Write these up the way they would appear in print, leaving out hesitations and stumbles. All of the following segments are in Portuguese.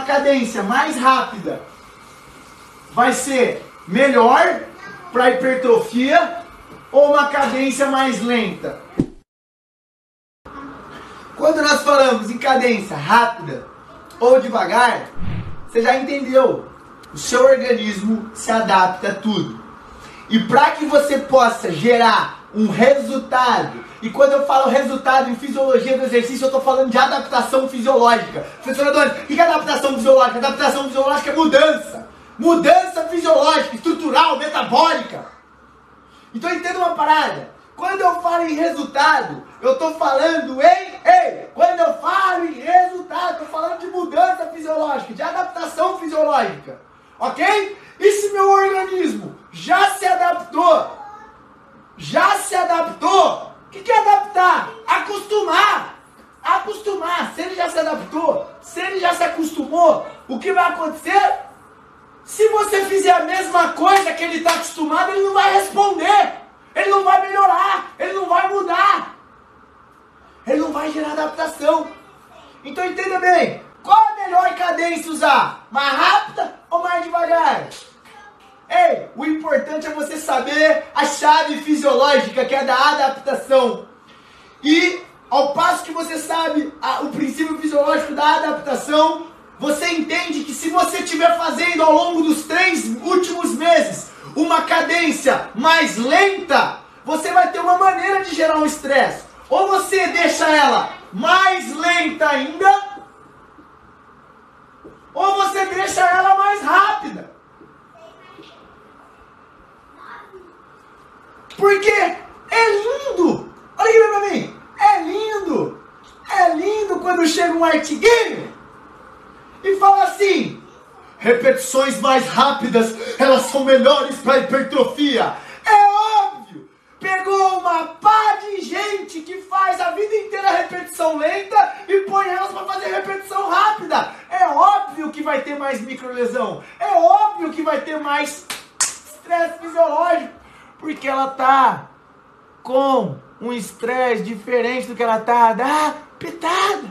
cadência mais rápida vai ser melhor para hipertrofia ou uma cadência mais lenta? Quando nós falamos em cadência rápida ou devagar, você já entendeu. O seu organismo se adapta a tudo. E para que você possa gerar um resultado, e quando eu falo resultado em fisiologia do exercício, eu estou falando de adaptação fisiológica. Professor Adonis, o que é adaptação fisiológica? Adaptação fisiológica é mudança. Mudança fisiológica, estrutural, metabólica. Então entenda uma parada. Quando eu falo em resultado, eu estou falando quando eu falo em resultado, estou falando de mudança fisiológica, de adaptação fisiológica. Ok? E se meu organismo já se adaptou? O que é adaptar? Acostumar. Se ele já se adaptou, se ele já se acostumou, o que vai acontecer? Se você fizer a mesma coisa que ele está acostumado, ele não vai responder. Ele não vai melhorar. Ele não vai mudar. Ele não vai gerar adaptação. Então entenda bem. Qual a melhor cadência usar? Mais rápida ou mais devagar? O importante é você saber a chave fisiológica, que é da adaptação. E ao passo que você sabe o princípio fisiológico da adaptação, você entende que se você estiver fazendo ao longo dos 3 últimos meses uma cadência mais lenta, você vai ter uma maneira de gerar um estresse. Ou você deixa ela mais lenta ainda, ou você deixa ela mais rápida. Porque é lindo. Olha aqui pra mim. É lindo quando chega um artigueiro e fala assim: repetições mais rápidas, elas são melhores para hipertrofia. É óbvio. Pegou uma pá de gente que faz a vida inteira repetição lenta e põe elas para fazer repetição rápida. É óbvio que vai ter mais microlesão. É óbvio que vai ter mais estresse fisiológico. Porque ela tá com um estresse diferente do que ela tá adaptada.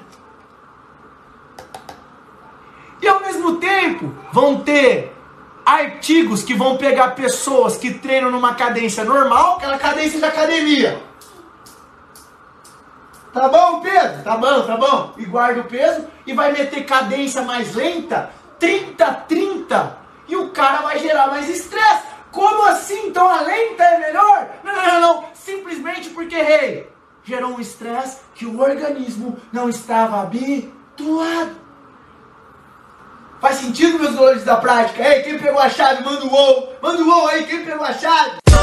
E ao mesmo tempo, vão ter artigos que vão pegar pessoas que treinam numa cadência normal, aquela cadência de academia. Tá bom, Pedro? Tá bom. E guarda o peso e vai meter cadência mais lenta, 30-30, e o cara vai gerar mais estresse. Como assim? Então a lenta é melhor? Não. Simplesmente porque, gerou um estresse que o organismo não estava habituado. Faz sentido, meus dolores da prática? Quem pegou a chave, manda o uou aí, quem pegou a chave?